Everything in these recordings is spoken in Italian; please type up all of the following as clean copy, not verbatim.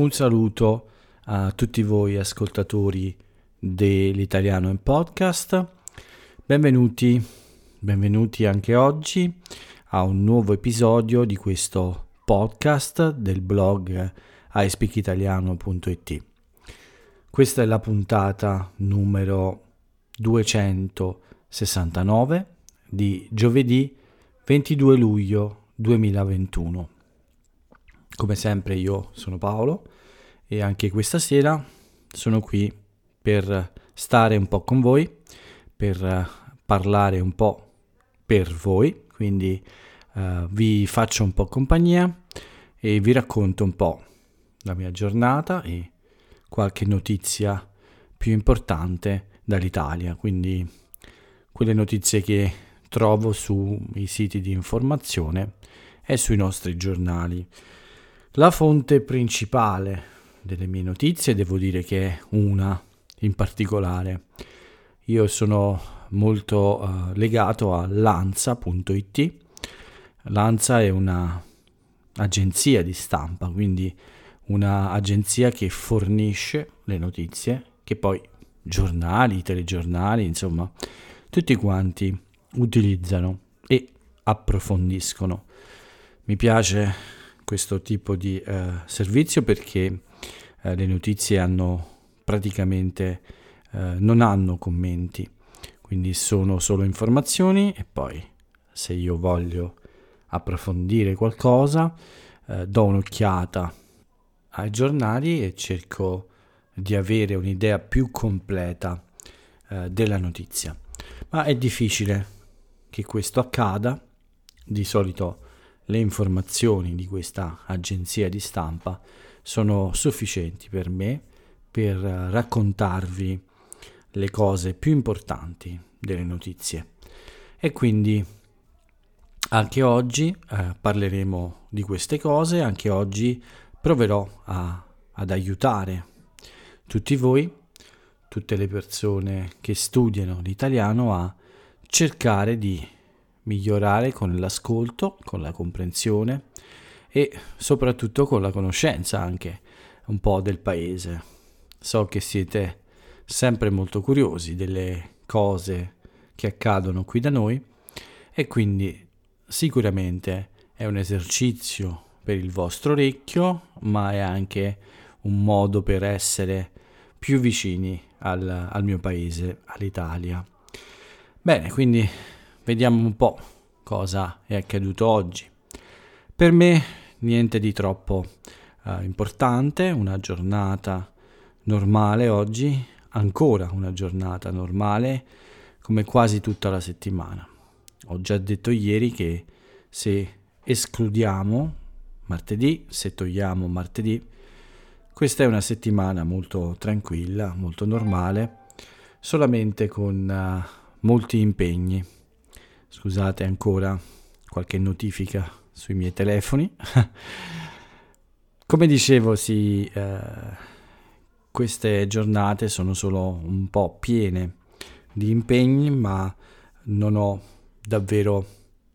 Un saluto a tutti voi ascoltatori dell'Italiano in Podcast. Benvenuti anche oggi a un nuovo episodio di questo podcast del blog ispeakitaliano.it. Questa è la puntata numero 269 di giovedì 22 luglio 2021. Come sempre io sono Paolo e anche questa sera sono qui per stare un po' con voi, per parlare un po' per voi, quindi vi faccio un po' compagnia e vi racconto un po' la mia giornata e qualche notizia più importante dall'Italia, quindi quelle notizie che trovo sui siti di informazione e sui nostri giornali. La fonte principale delle mie notizie devo dire che è una in particolare. Io sono molto legato a Lanza.it. Lanza è una agenzia di stampa, quindi una agenzia che fornisce le notizie che poi giornali, telegiornali, insomma, tutti quanti utilizzano e approfondiscono. Mi piace questo tipo di servizio perché le notizie hanno praticamente non hanno commenti, quindi sono solo informazioni e poi se io voglio approfondire qualcosa do un'occhiata ai giornali e cerco di avere un'idea più completa della notizia, ma è difficile che questo accada. Di solito le informazioni di questa agenzia di stampa sono sufficienti per me per raccontarvi le cose più importanti delle notizie. E quindi anche oggi parleremo di queste cose, anche oggi proverò ad aiutare tutti voi, tutte le persone che studiano l'italiano a cercare di migliorare con l'ascolto, con la comprensione e soprattutto con la conoscenza anche un po' del paese. So che siete sempre molto curiosi delle cose che accadono qui da noi e quindi sicuramente è un esercizio per il vostro orecchio, ma è anche un modo per essere più vicini al mio paese, all'Italia. Bene, quindi vediamo un po' cosa è accaduto oggi. Per me niente di troppo importante, una giornata normale oggi, ancora una giornata normale come quasi tutta la settimana. Ho già detto ieri che se escludiamo martedì, se togliamo martedì, questa è una settimana molto tranquilla, molto normale, solamente con molti impegni. Scusate ancora qualche notifica sui miei telefoni. Come dicevo, sì, queste giornate sono solo un po' piene di impegni, ma non ho davvero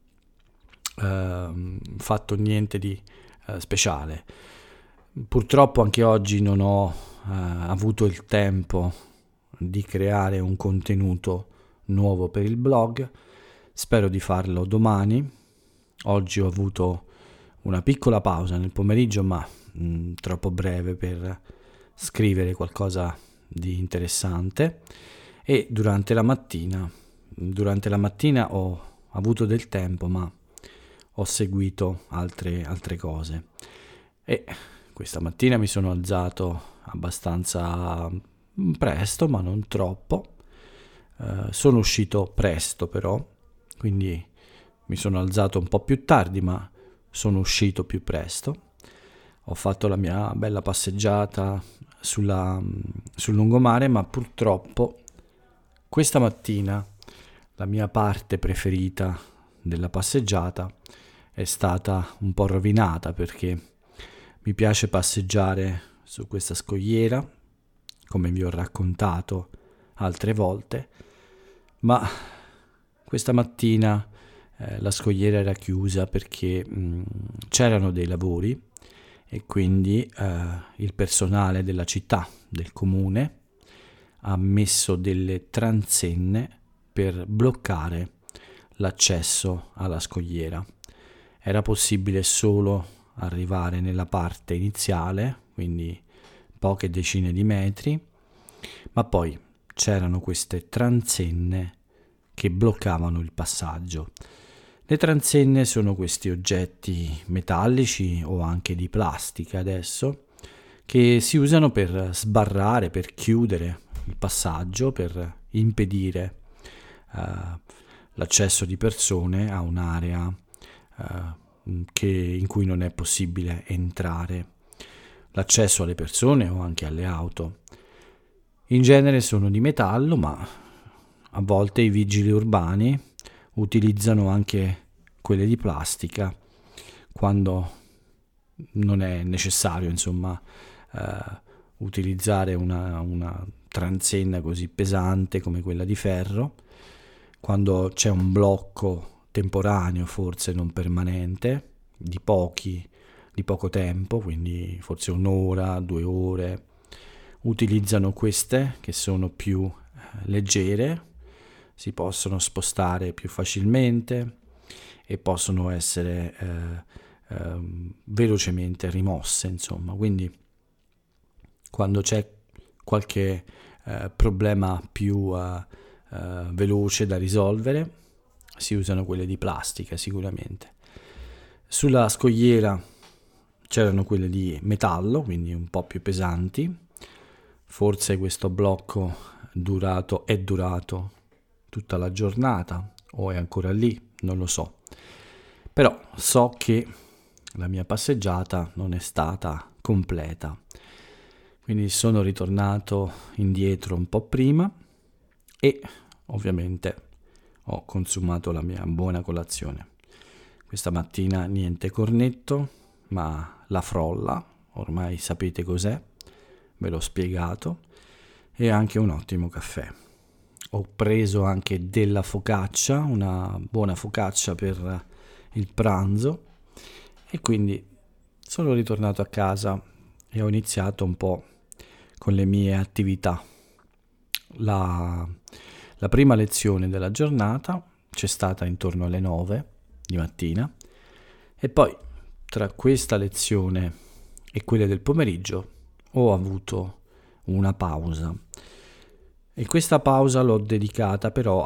fatto niente di speciale. Purtroppo anche oggi non ho avuto il tempo di creare un contenuto nuovo per il blog. Spero di farlo domani. Oggi ho avuto una piccola pausa nel pomeriggio, ma troppo breve per scrivere qualcosa di interessante, e durante la mattina ho avuto del tempo, ma ho seguito altre cose. E questa mattina mi sono alzato abbastanza presto, ma non troppo. Sono uscito presto però, quindi mi sono alzato un po' più tardi, ma sono uscito più presto. Ho fatto la mia bella passeggiata sul lungomare, ma purtroppo questa mattina la mia parte preferita della passeggiata è stata un po' rovinata, perché mi piace passeggiare su questa scogliera, come vi ho raccontato altre volte, ma questa mattina la scogliera era chiusa perché c'erano dei lavori e quindi il personale della città, del comune, ha messo delle transenne per bloccare l'accesso alla scogliera. Era possibile solo arrivare nella parte iniziale, quindi poche decine di metri, ma poi c'erano queste transenne che bloccavano il passaggio. Le transenne sono questi oggetti metallici o anche di plastica adesso che si usano per sbarrare, per chiudere il passaggio, per impedire l'accesso di persone a un'area in cui non è possibile entrare, l'accesso alle persone o anche alle auto. In genere sono di metallo, ma a volte i vigili urbani utilizzano anche quelle di plastica quando non è necessario, insomma, utilizzare una transenna così pesante come quella di ferro, quando c'è un blocco temporaneo, forse non permanente, di poco tempo, quindi forse un'ora, 2 ore, utilizzano queste che sono più leggere, si possono spostare più facilmente e possono essere velocemente rimosse, insomma. Quindi quando c'è qualche problema più veloce da risolvere si usano quelle di plastica sicuramente. Sulla scogliera c'erano quelle di metallo, quindi un po' più pesanti. Forse questo blocco è durato tutta la giornata o è ancora lì, non lo so. Però so che la mia passeggiata non è stata completa. Quindi sono ritornato indietro un po' prima e ovviamente ho consumato la mia buona colazione. Questa mattina niente cornetto, ma la frolla, ormai sapete cos'è, ve l'ho spiegato, e anche un ottimo caffè. Ho preso anche della focaccia, una buona focaccia per il pranzo, e quindi sono ritornato a casa e ho iniziato un po' con le mie attività. La prima lezione della giornata c'è stata intorno alle 9 di mattina e poi tra questa lezione e quelle del pomeriggio ho avuto una pausa e questa pausa l'ho dedicata però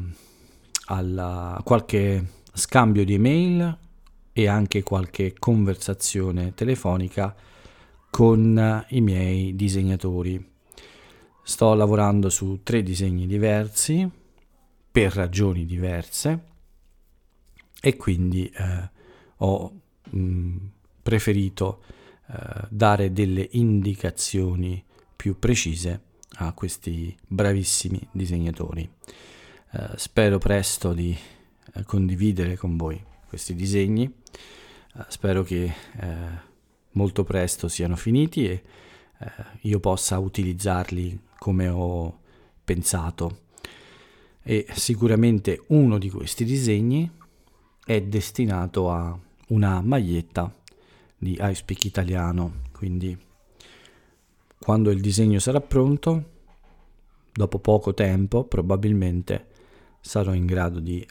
a qualche scambio di email e anche qualche conversazione telefonica con i miei disegnatori. Sto lavorando su 3 disegni diversi per ragioni diverse e quindi ho preferito dare delle indicazioni più precise a questi bravissimi disegnatori. Spero presto di condividere con voi questi disegni, spero che molto presto siano finiti e io possa utilizzarli come ho pensato. E sicuramente uno di questi disegni è destinato a una maglietta di I Speak Italiano, quindi quando il disegno sarà pronto, dopo poco tempo probabilmente sarò in grado di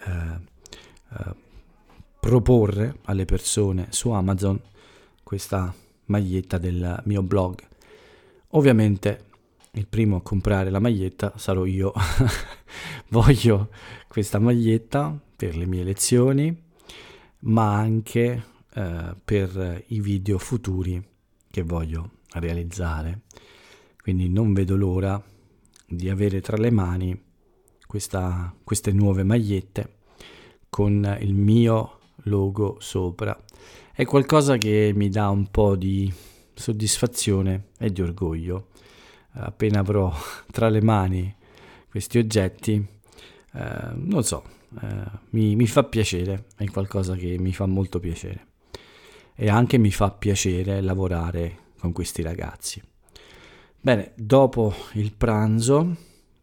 proporre alle persone su Amazon questa maglietta del mio blog. Ovviamente il primo a comprare la maglietta sarò io. Voglio questa maglietta per le mie lezioni, ma anche per i video futuri che voglio realizzare. Quindi non vedo l'ora di avere tra le mani queste nuove magliette con il mio logo sopra. È qualcosa che mi dà un po' di soddisfazione e di orgoglio. Appena avrò tra le mani questi oggetti, non so, mi fa piacere, è qualcosa che mi fa molto piacere. E anche mi fa piacere lavorare con questi ragazzi. Bene, dopo il pranzo,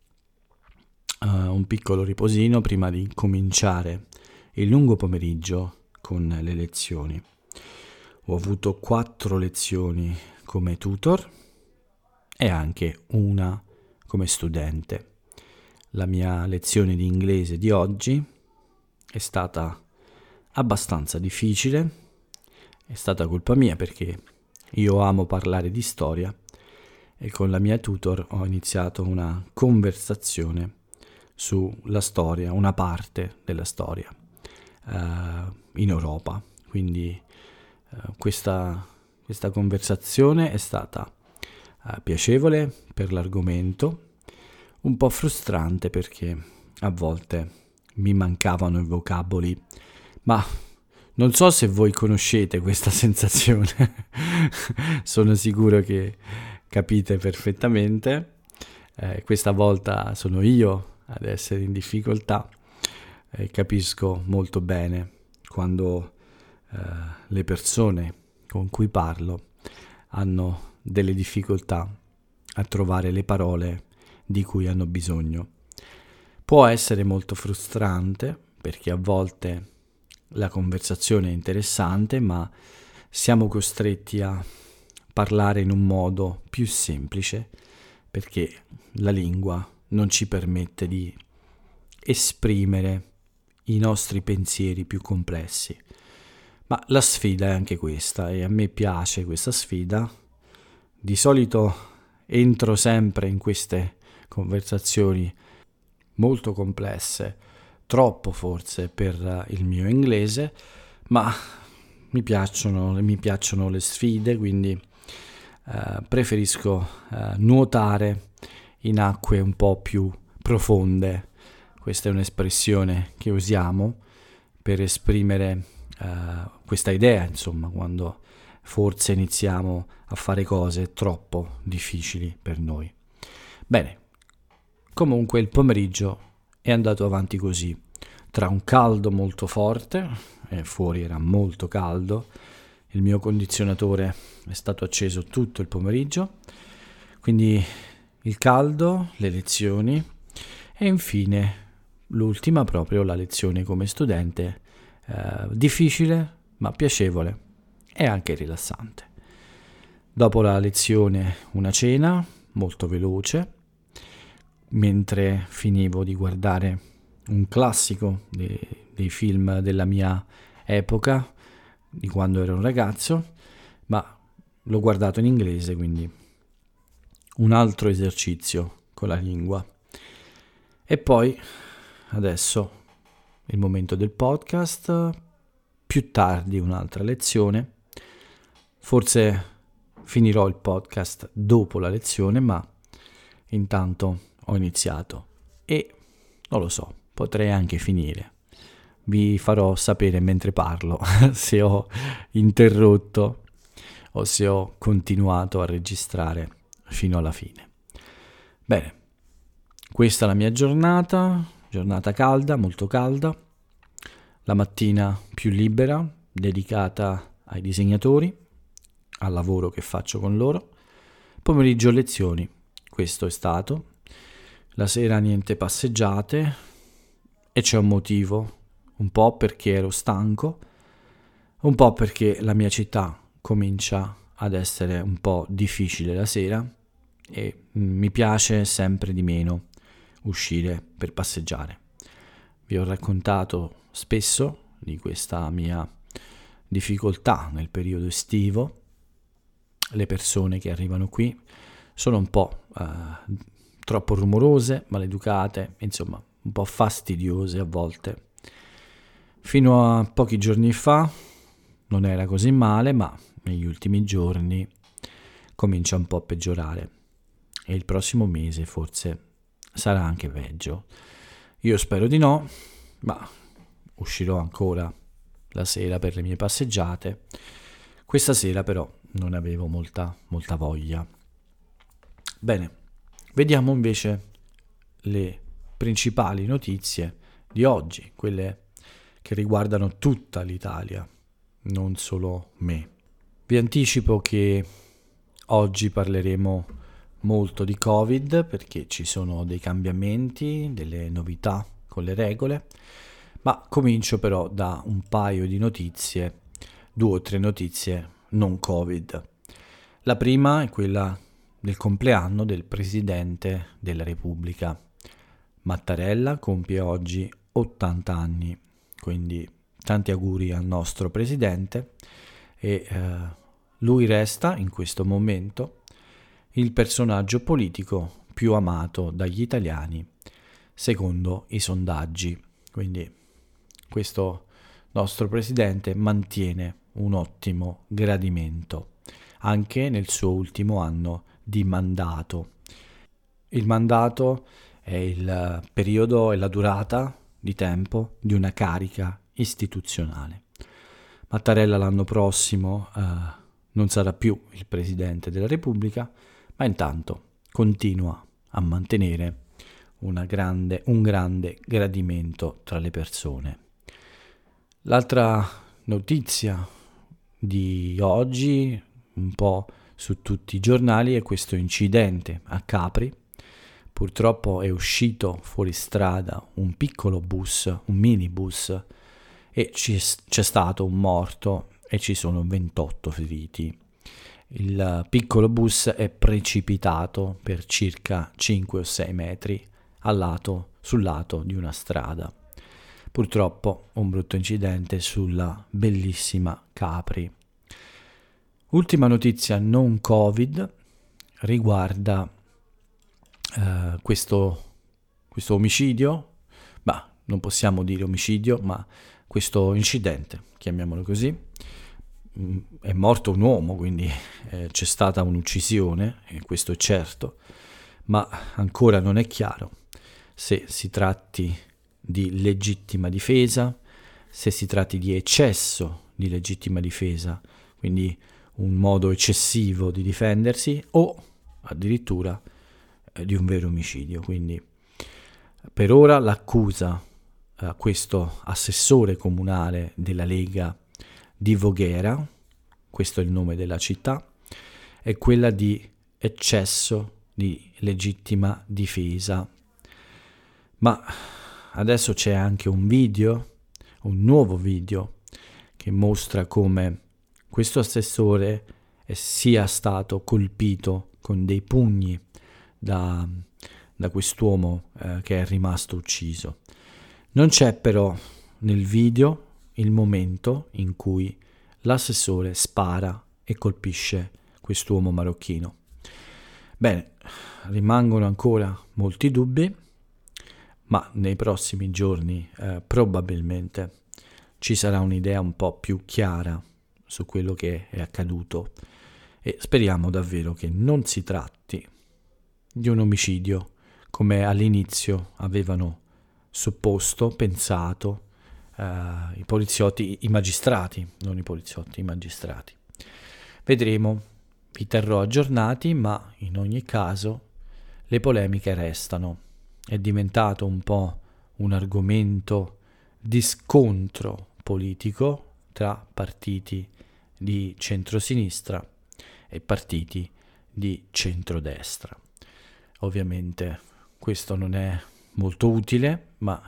un piccolo riposino prima di cominciare il lungo pomeriggio con le lezioni. Ho avuto 4 lezioni come tutor e anche una come studente. La mia lezione di inglese di oggi è stata abbastanza difficile, è stata colpa mia perché io amo parlare di storia e con la mia tutor ho iniziato una conversazione sulla storia, una parte della storia in Europa. Quindi questa conversazione è stata piacevole per l'argomento, un po' frustrante perché a volte mi mancavano i vocaboli, ma non so se voi conoscete questa sensazione, sono sicuro che capite perfettamente. Questa volta sono io ad essere in difficoltà e capisco molto bene quando le persone con cui parlo hanno delle difficoltà a trovare le parole di cui hanno bisogno. Può essere molto frustrante perché a volte la conversazione è interessante, ma siamo costretti a parlare in un modo più semplice perché la lingua non ci permette di esprimere i nostri pensieri più complessi. Ma la sfida è anche questa e a me piace questa sfida. Di solito entro sempre in queste conversazioni molto complesse, troppo forse per il mio inglese, ma mi piacciono le sfide, quindi preferisco nuotare in acque un po' più profonde. Questa è un'espressione che usiamo per esprimere questa idea, insomma, quando forse iniziamo a fare cose troppo difficili per noi. Bene, comunque il pomeriggio è andato avanti così, tra un caldo molto forte, e fuori era molto caldo, il mio condizionatore è stato acceso tutto il pomeriggio, quindi il caldo, le lezioni e infine l'ultima proprio, la lezione come studente, difficile ma piacevole e anche rilassante. Dopo la lezione una cena molto veloce, mentre finivo di guardare un classico dei film della mia epoca, di quando ero un ragazzo, ma l'ho guardato in inglese, quindi un altro esercizio con la lingua. E poi adesso il momento del podcast, più tardi un'altra lezione, forse finirò il podcast dopo la lezione, ma intanto ho iniziato e non lo so, potrei anche finire. Vi farò sapere mentre parlo se ho interrotto o se ho continuato a registrare fino alla fine. Bene, questa è la mia giornata calda, molto calda, la mattina più libera, dedicata ai disegnatori, al lavoro che faccio con loro, pomeriggio lezioni, questo è stato, la sera niente passeggiate e c'è un motivo, un po' perché ero stanco, un po' perché la mia città comincia ad essere un po' difficile la sera e mi piace sempre di meno uscire per passeggiare. Vi ho raccontato spesso di questa mia difficoltà nel periodo estivo. Le persone che arrivano qui sono un po' troppo rumorose, maleducate, insomma un po' fastidiose a volte. Fino a pochi giorni fa non era così male, ma negli ultimi giorni comincia un po' a peggiorare e il prossimo mese forse sarà anche peggio. Io spero di no, ma uscirò ancora la sera per le mie passeggiate. Questa sera però non avevo molta voglia. Bene, vediamo invece le principali notizie di oggi, quelle che riguardano tutta l'Italia, non solo me. Vi anticipo che oggi parleremo molto di Covid perché ci sono dei cambiamenti, delle novità con le regole, ma comincio però da un paio di notizie, 2 o 3 notizie non Covid. La prima è quella del compleanno del Presidente della Repubblica. Mattarella compie oggi 80 anni, quindi tanti auguri al nostro Presidente e lui resta in questo momento il personaggio politico più amato dagli italiani secondo i sondaggi. Quindi questo nostro Presidente mantiene un ottimo gradimento anche nel suo ultimo anno di mandato. Il mandato è il periodo e la durata di tempo di una carica istituzionale. Mattarella l'anno prossimo non sarà più il Presidente della Repubblica, ma intanto continua a mantenere un grande gradimento tra le persone. L'altra notizia di oggi, un po' su tutti i giornali, è questo incidente a Capri. Purtroppo è uscito fuori strada un piccolo bus, un minibus, e c'è stato un morto e ci sono 28 feriti. Il piccolo bus è precipitato per circa 5 o 6 metri sul lato di una strada. Purtroppo un brutto incidente sulla bellissima Capri. Ultima notizia non Covid riguarda questo omicidio, non possiamo dire omicidio, ma questo incidente, chiamiamolo così. È morto un uomo, quindi c'è stata un'uccisione, e questo è certo, ma ancora non è chiaro se si tratti di legittima difesa, se si tratti di eccesso di legittima difesa, quindi un modo eccessivo di difendersi, o addirittura di un vero omicidio. Quindi per ora l'accusa a questo assessore comunale della Lega di Voghera, questo è il nome della città, è quella di eccesso di legittima difesa. Ma adesso c'è anche un nuovo video, che mostra come questo assessore sia stato colpito con dei pugni da quest'uomo che è rimasto ucciso. Non c'è però nel video il momento in cui l'assessore spara e colpisce quest'uomo marocchino. Bene, rimangono ancora molti dubbi, ma nei prossimi giorni probabilmente ci sarà un'idea un po' più chiara su quello che è accaduto, e speriamo davvero che non si tratti di un omicidio come all'inizio avevano supposto, pensato i poliziotti, i magistrati, non i poliziotti, i magistrati. Vedremo, vi terrò aggiornati, ma in ogni caso le polemiche restano. È diventato un po' un argomento di scontro politico tra partiti di centrosinistra e partiti di centrodestra. Ovviamente questo non è molto utile, ma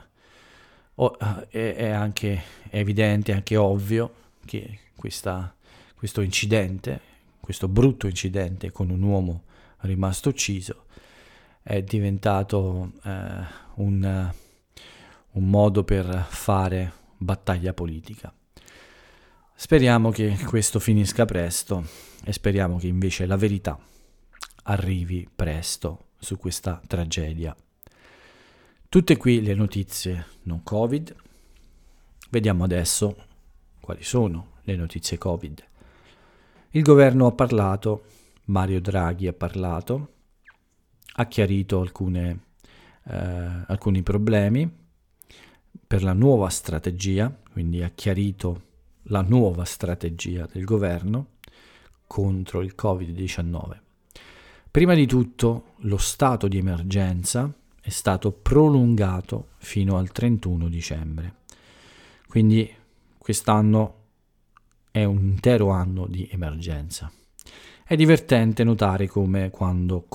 è anche evidente, anche ovvio che questo incidente, questo brutto incidente con un uomo rimasto ucciso, è diventato un modo per fare battaglia politica. Speriamo che questo finisca presto e speriamo che invece la verità arrivi presto su questa tragedia. Tutte qui le notizie non Covid. Vediamo adesso quali sono le notizie Covid. Il governo ha parlato, Mario Draghi ha parlato, ha chiarito alcuni problemi per la nuova strategia, quindi ha chiarito la nuova strategia del governo contro il Covid-19. Prima di tutto, lo stato di emergenza è stato prolungato fino al 31 dicembre. Quindi quest'anno è un intero anno di emergenza. È divertente notare come quando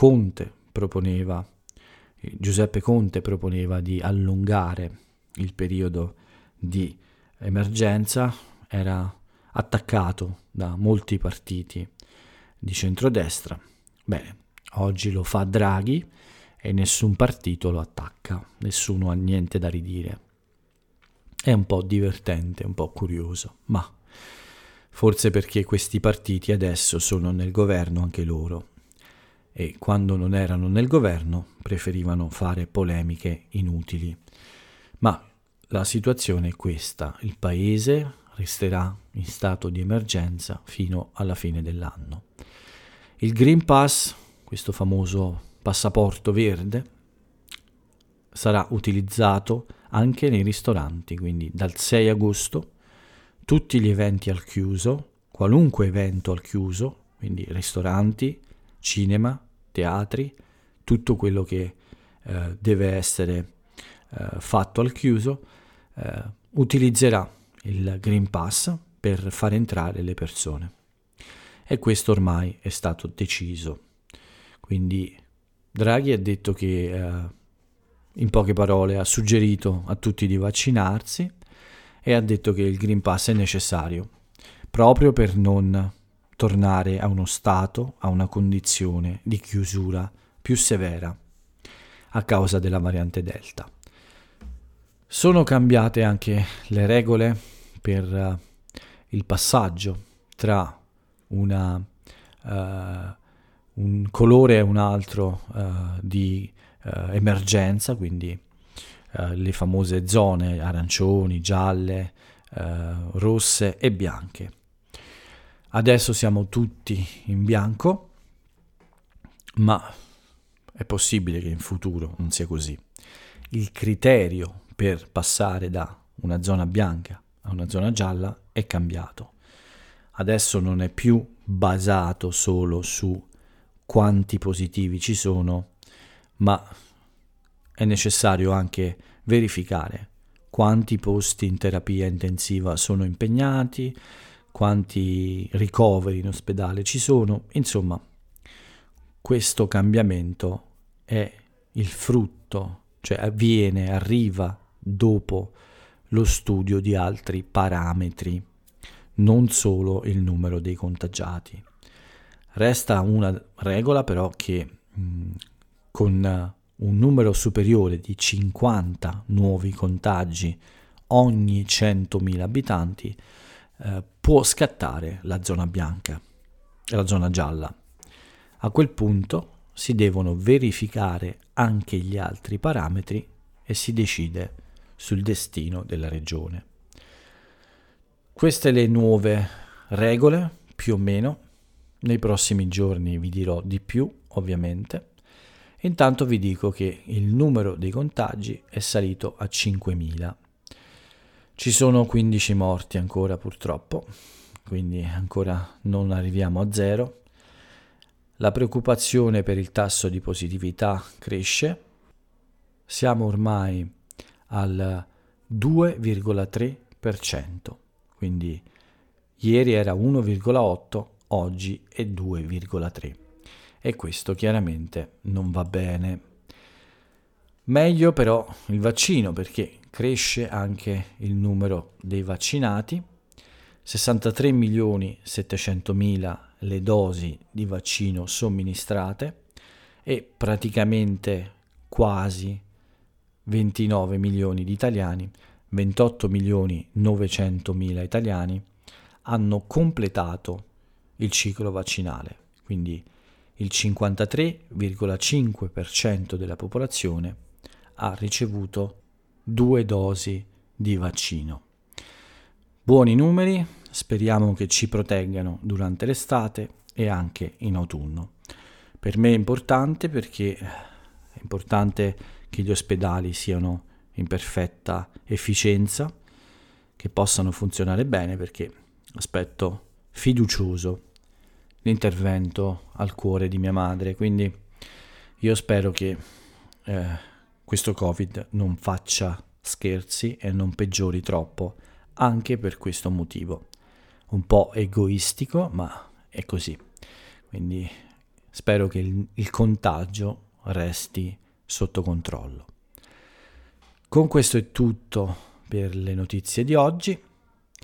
Giuseppe Conte proponeva di allungare il periodo di emergenza, era attaccato da molti partiti di centrodestra. Bene, oggi lo fa Draghi e nessun partito lo attacca, nessuno ha niente da ridire. È un po' divertente, un po' curioso, ma forse perché questi partiti adesso sono nel governo anche loro e quando non erano nel governo preferivano fare polemiche inutili. Ma la situazione è questa: il paese resterà in stato di emergenza fino alla fine dell'anno. Il Green Pass, questo famoso passaporto verde, sarà utilizzato anche nei ristoranti, quindi dal 6 agosto tutti gli eventi al chiuso, qualunque evento al chiuso, quindi ristoranti, cinema, teatri, tutto quello che deve essere fatto al chiuso, utilizzerà il Green Pass per far entrare le persone. E questo ormai è stato deciso. Quindi Draghi ha detto che, in poche parole, ha suggerito a tutti di vaccinarsi e ha detto che il Green Pass è necessario proprio per non tornare a uno stato, a una condizione di chiusura più severa a causa della variante Delta. Sono cambiate anche le regole per il passaggio tra un colore e un altro di emergenza, quindi le famose zone arancioni, gialle, rosse e bianche. Adesso siamo tutti in bianco, ma è possibile che in futuro non sia così. Il criterio per passare da una zona bianca a una zona gialla è cambiato. Adesso non è più basato solo su quanti positivi ci sono, ma è necessario anche verificare quanti posti in terapia intensiva sono impegnati, quanti ricoveri in ospedale ci sono. Insomma, questo cambiamento è il frutto, cioè arriva dopo lo studio di altri parametri, non solo il numero dei contagiati. Resta una regola però che con un numero superiore di 50 nuovi contagi ogni 100.000 abitanti può scattare la zona bianca e la zona gialla. A quel punto si devono verificare anche gli altri parametri e si decide sul destino della regione. Queste le nuove regole, più o meno. Nei prossimi giorni vi dirò di più, ovviamente. Intanto vi dico che il numero dei contagi è salito a 5.000. Ci sono 15 morti ancora, purtroppo, quindi ancora non arriviamo a zero. La preoccupazione per il tasso di positività cresce. Siamo ormai al 2,3%, quindi ieri era 1,8%, oggi è 2,3%. E questo chiaramente non va bene. Meglio però il vaccino, perché cresce anche il numero dei vaccinati, 63.700.000 le dosi di vaccino somministrate e praticamente quasi 29 milioni di italiani, 28.900.000 italiani hanno completato il ciclo vaccinale, quindi il 53,5% della popolazione ha ricevuto 2 dosi di vaccino. Buoni numeri, speriamo che ci proteggano durante l'estate e anche in autunno. Per me è importante perché è importante che gli ospedali siano in perfetta efficienza, che possano funzionare bene, perché aspetto fiducioso l'intervento al cuore di mia madre, quindi io spero che questo Covid non faccia scherzi e non peggiori troppo, anche per questo motivo. Un po' egoistico, ma è così. Quindi spero che il contagio resti sotto controllo. Con questo è tutto per le notizie di oggi.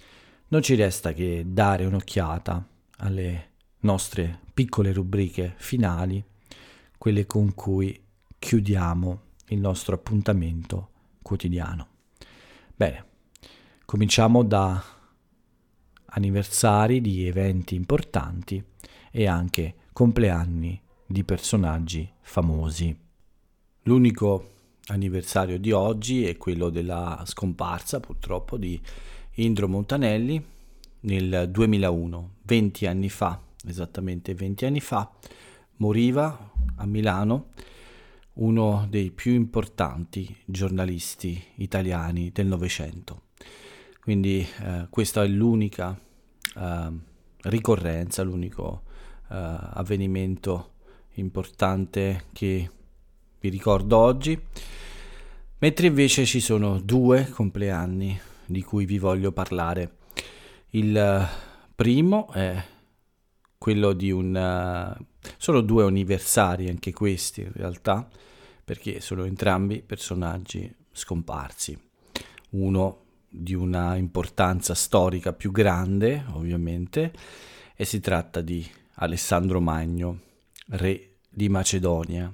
non ci resta che dare un'occhiata alle nostre piccole rubriche finali, quelle con cui chiudiamo il nostro appuntamento quotidiano. Bene, cominciamo da anniversari di eventi importanti e anche compleanni di personaggi famosi. L'unico anniversario di oggi è quello della scomparsa, purtroppo, di Indro Montanelli nel 2001, 20 anni fa, esattamente 20 anni fa, moriva a Milano uno dei più importanti giornalisti italiani del Novecento. Quindi questa è l'unica ricorrenza, l'unico avvenimento importante che vi ricordo oggi, mentre invece ci sono due compleanni di cui vi voglio parlare. Il primo è quello di sono due anniversari anche questi in realtà, perché sono entrambi personaggi scomparsi. Uno di una importanza storica più grande, ovviamente, e si tratta di Alessandro Magno, re di Macedonia.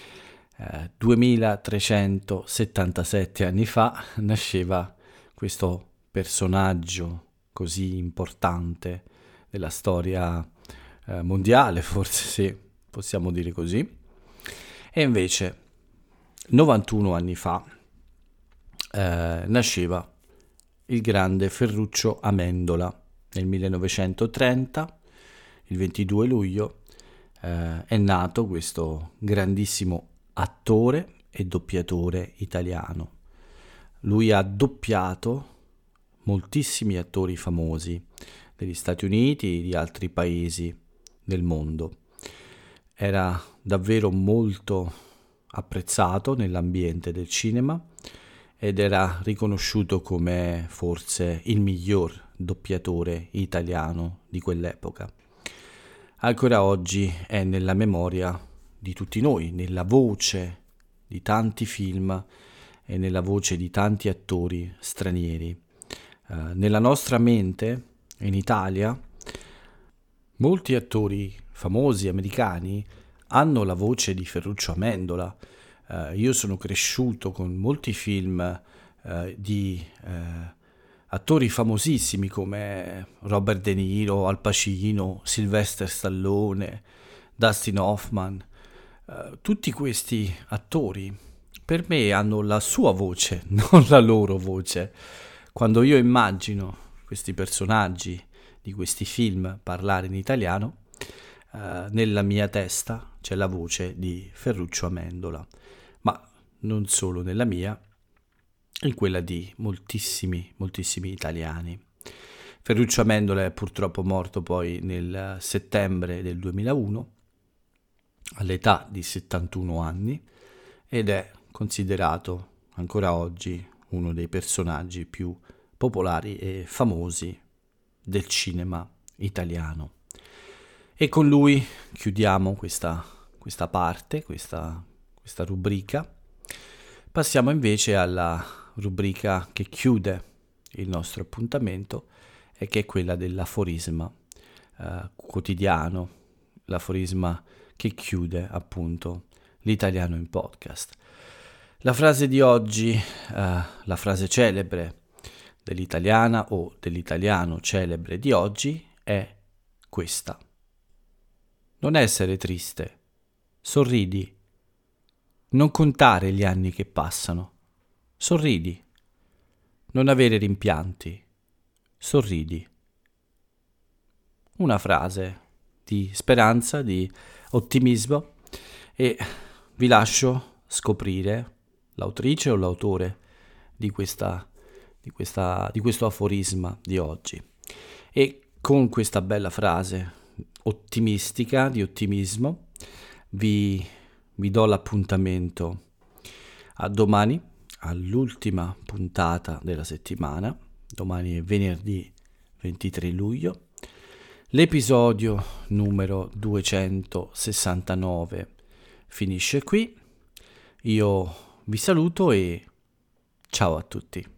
2377 anni fa nasceva questo personaggio così importante della storia mondiale, forse sì, possiamo dire così. E invece 91 anni fa nasceva il grande Ferruccio Amendola. Nel 1930, il 22 luglio, è nato questo grandissimo attore e doppiatore italiano. Lui ha doppiato moltissimi attori famosi degli Stati Uniti e di altri paesi del mondo. Era davvero molto apprezzato nell'ambiente del cinema ed era riconosciuto come forse il miglior doppiatore italiano di quell'epoca. Ancora oggi è nella memoria di tutti noi, nella voce di tanti film e nella voce di tanti attori stranieri. Nella nostra mente, in Italia, molti attori famosi americani hanno la voce di Ferruccio Amendola. Io sono cresciuto con molti film di attori famosissimi come Robert De Niro, Al Pacino, Sylvester Stallone, Dustin Hoffman. Tutti questi attori per me hanno la sua voce, non la loro voce. Quando io immagino questi personaggi di questi film parlare in italiano, nella mia testa c'è la voce di Ferruccio Amendola, ma non solo nella mia, in quella di moltissimi italiani. Ferruccio Amendola è purtroppo morto poi nel settembre del 2001, all'età di 71 anni, ed è considerato ancora oggi uno dei personaggi più popolari e famosi del cinema italiano. E con lui chiudiamo questa parte, questa rubrica. Passiamo invece alla rubrica che chiude il nostro appuntamento e che è quella dell'aforisma quotidiano, l'aforisma che chiude appunto l'Italiano in Podcast. La frase di oggi, la frase celebre dell'italiana o dell'italiano celebre di oggi è questa: non essere triste, sorridi. Non contare gli anni che passano, sorridi. Non avere rimpianti, sorridi. Una frase di speranza, di ottimismo, e vi lascio scoprire l'autrice o l'autore di questo aforisma di oggi. E con questa bella frase ottimistica, di ottimismo, vi do l'appuntamento a domani, all'ultima puntata della settimana. Domani è venerdì 23 luglio. L'episodio numero 269 finisce qui. Io vi saluto e ciao a tutti.